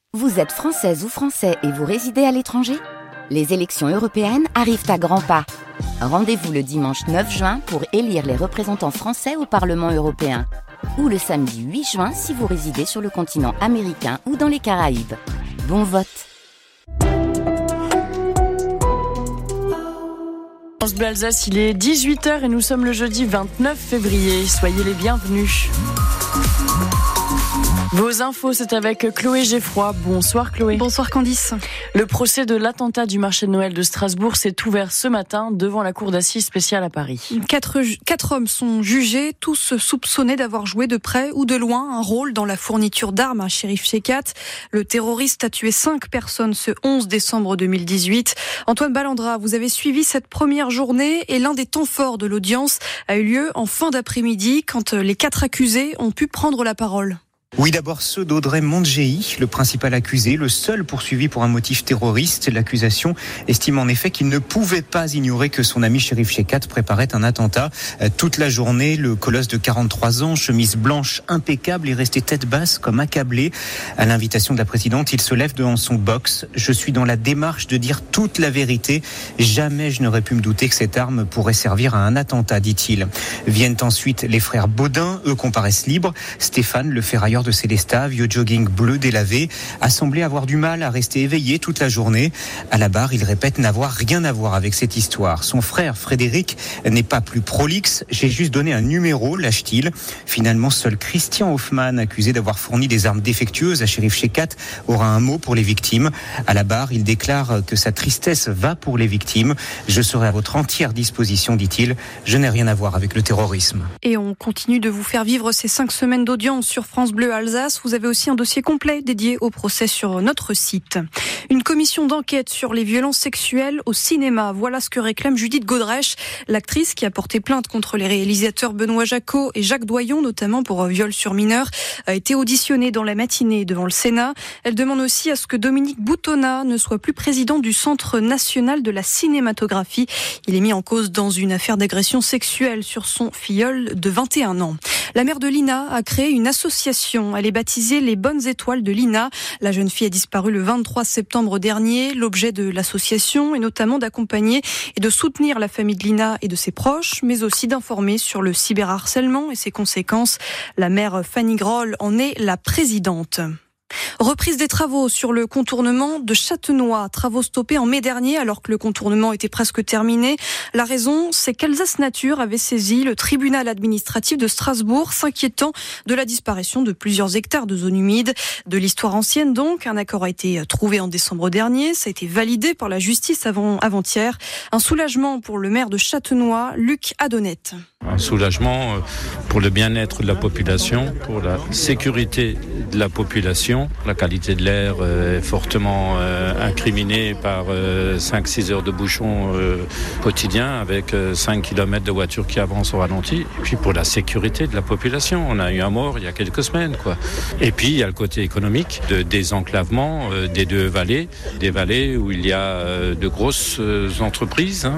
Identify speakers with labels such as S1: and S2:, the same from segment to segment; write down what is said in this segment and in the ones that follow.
S1: Vous êtes française ou français et vous résidez à l'étranger ? Les élections européennes arrivent à grands pas. Rendez-vous le dimanche 9 juin pour élire les représentants français au Parlement européen. Ou le samedi 8 juin si vous résidez sur le continent américain ou dans les Caraïbes. Bon vote!
S2: France Bleu Alsace, il est 18h et nous sommes le jeudi 29 février. Soyez les bienvenus. Vos infos, c'est avec Chloé Geffroy. Bonsoir Chloé.
S3: Bonsoir Candice.
S2: Le procès de l'attentat du marché de Noël de Strasbourg s'est ouvert ce matin devant la cour d'assises spéciale à Paris.
S3: Quatre hommes sont jugés, tous soupçonnés d'avoir joué de près ou de loin un rôle dans la fourniture d'armes à Chérif Shekat. Le terroriste a tué 5 personnes ce 11 décembre 2018. Antoine Ballandra, vous avez suivi cette première journée et l'un des temps forts de l'audience a eu lieu en fin d'après-midi quand les 4 accusés ont pu prendre la parole.
S4: Oui, d'abord ceux d'Audrey Mondjei, le principal accusé, le seul poursuivi pour un motif terroriste. L'accusation estime en effet qu'il ne pouvait pas ignorer que son ami Chérif Shekat préparait un attentat. Toute la journée, le colosse de 43 ans, chemise blanche impeccable, est resté tête basse comme accablé. À l'invitation de la présidente, il se lève devant son box. Je suis dans la démarche de dire toute la vérité. Jamais je n'aurais pu me douter que cette arme pourrait servir à un attentat, dit-il. Viennent ensuite les frères Baudin, eux comparaissent libres. Stéphane, le ferrailleur de Célestat, vieux jogging bleu délavé, a semblé avoir du mal à rester éveillé toute la journée. À la barre, il répète n'avoir rien à voir avec cette histoire. Son frère Frédéric n'est pas plus prolixe. J'ai juste donné un numéro, lâche-t-il. Finalement, seul Christian Hoffman, accusé d'avoir fourni des armes défectueuses à Chérif Shekat, aura un mot pour les victimes. À la barre, il déclare que sa tristesse va pour les victimes. Je serai à votre entière disposition, dit-il. Je n'ai rien à voir avec le terrorisme.
S3: Et on continue de vous faire vivre ces 5 semaines d'audience sur France Bleu Alsace. Vous avez aussi un dossier complet dédié au procès sur notre site. Une commission d'enquête sur les violences sexuelles au cinéma. Voilà ce que réclame Judith Godrèche, l'actrice qui a porté plainte contre les réalisateurs Benoît Jacquot et Jacques Doyon, notamment pour viol sur mineur, a été auditionnée dans la matinée devant le Sénat. Elle demande aussi à ce que Dominique Boutonnat ne soit plus président du Centre national de la cinématographie. Il est mis en cause dans une affaire d'agression sexuelle sur son filleul de 21 ans. La mère de Lina a créé une association. Elle est baptisée Les Bonnes Étoiles de Lina. La jeune fille a disparu le 23 septembre dernier. L'objet de l'association est notamment d'accompagner et de soutenir la famille de Lina et de ses proches, mais aussi d'informer sur le cyberharcèlement et ses conséquences. La mère Fanny Groll en est la présidente. Reprise des travaux sur le contournement de Châtenois. Travaux stoppés en mai dernier alors que le contournement était presque terminé. La raison, c'est qu'Alsace Nature avait saisi le tribunal administratif de Strasbourg, s'inquiétant de la disparition de plusieurs hectares de zones humides. De l'histoire ancienne donc, un accord a été trouvé en décembre dernier. Ça a été validé par la justice avant-hier. Un soulagement pour le maire de Châtenois, Luc Adonnette.
S5: Un soulagement pour le bien-être de la population, pour la sécurité de la population. La qualité de l'air est fortement incriminée par 5-6 heures de bouchons quotidiens avec 5 km de voitures qui avancent au ralenti. Et puis pour la sécurité de la population, on a eu un mort il y a quelques semaines, quoi. Et puis il y a le côté économique de désenclavement des 2 vallées, des vallées où il y a de grosses entreprises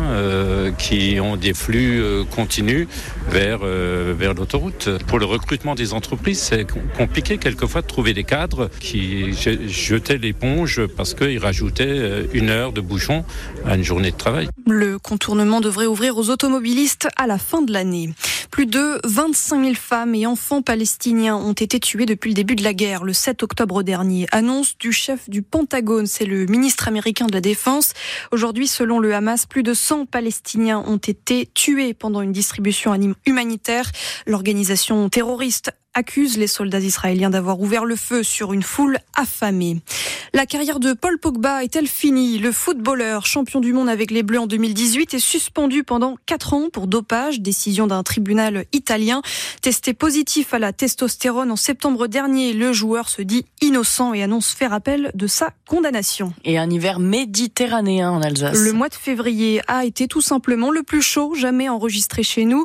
S5: qui ont des flux continus vers l'autoroute. Pour le recrutement des entreprises, c'est compliqué quelquefois de trouver des cadres qui jetaient l'éponge parce qu'ils rajoutaient 1 heure de bouchon à une journée de travail.
S3: Le contournement devrait ouvrir aux automobilistes à la fin de l'année. Plus de 25 000 femmes et enfants palestiniens ont été tués depuis le début de la guerre, le 7 octobre dernier. Annonce du chef du Pentagone, c'est le ministre américain de la Défense. Aujourd'hui, selon le Hamas, plus de 100 Palestiniens ont été tués pendant une distribution humanitaire. L'organisation terroriste accuse les soldats israéliens d'avoir ouvert le feu sur une foule affamée. La carrière de Paul Pogba est-elle finie ? Le footballeur, champion du monde avec les Bleus en 2018, est suspendu pendant 4 ans pour dopage, décision d'un tribunal italien. Testé positif à la testostérone en septembre dernier, le joueur se dit innocent et annonce faire appel de sa condamnation.
S2: Et un hiver méditerranéen en Alsace.
S3: Le mois de février a été tout simplement le plus chaud jamais enregistré chez nous.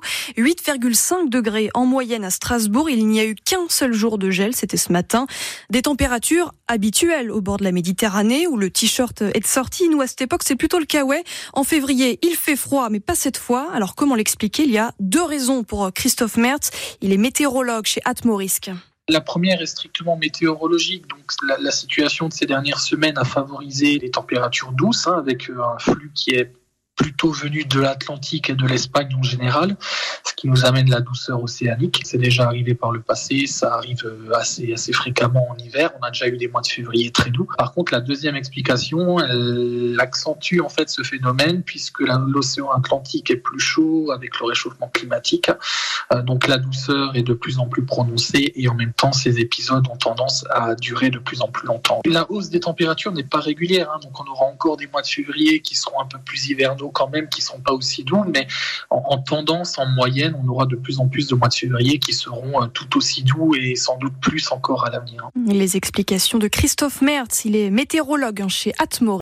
S3: 8,5 degrés en moyenne à Strasbourg. Il n'y a eu qu'un seul jour de gel, c'était ce matin. Des températures habituelles au bord de la Méditerranée où le t-shirt est de sortie. Nous, à cette époque, c'est plutôt le cas, ouais. En février, il fait froid, mais pas cette fois. Alors, comment l'expliquer ? Il y a 2 raisons pour Christophe Mertz. Il est météorologue chez Atmorisk.
S6: La première est strictement météorologique, donc la situation de ces dernières semaines a favorisé les températures douces, avec un flux qui est plutôt venu de l'Atlantique et de l'Espagne en général, ce qui nous amène la douceur océanique. C'est déjà arrivé par le passé, ça arrive assez fréquemment en hiver. On a déjà eu des mois de février très doux. Par contre, la deuxième explication, elle accentue en fait ce phénomène puisque l'océan Atlantique est plus chaud avec le réchauffement climatique. Donc la douceur est de plus en plus prononcée et en même temps, ces épisodes ont tendance à durer de plus en plus longtemps. La hausse des températures n'est pas régulière, donc on aura encore des mois de février qui seront un peu plus hivernaux quand même, qui ne sont pas aussi doux, mais en tendance, en moyenne, on aura de plus en plus de mois de février qui seront tout aussi doux et sans doute plus encore à l'avenir.
S3: Les explications de Christophe Mertz, il est météorologue chez Atmo.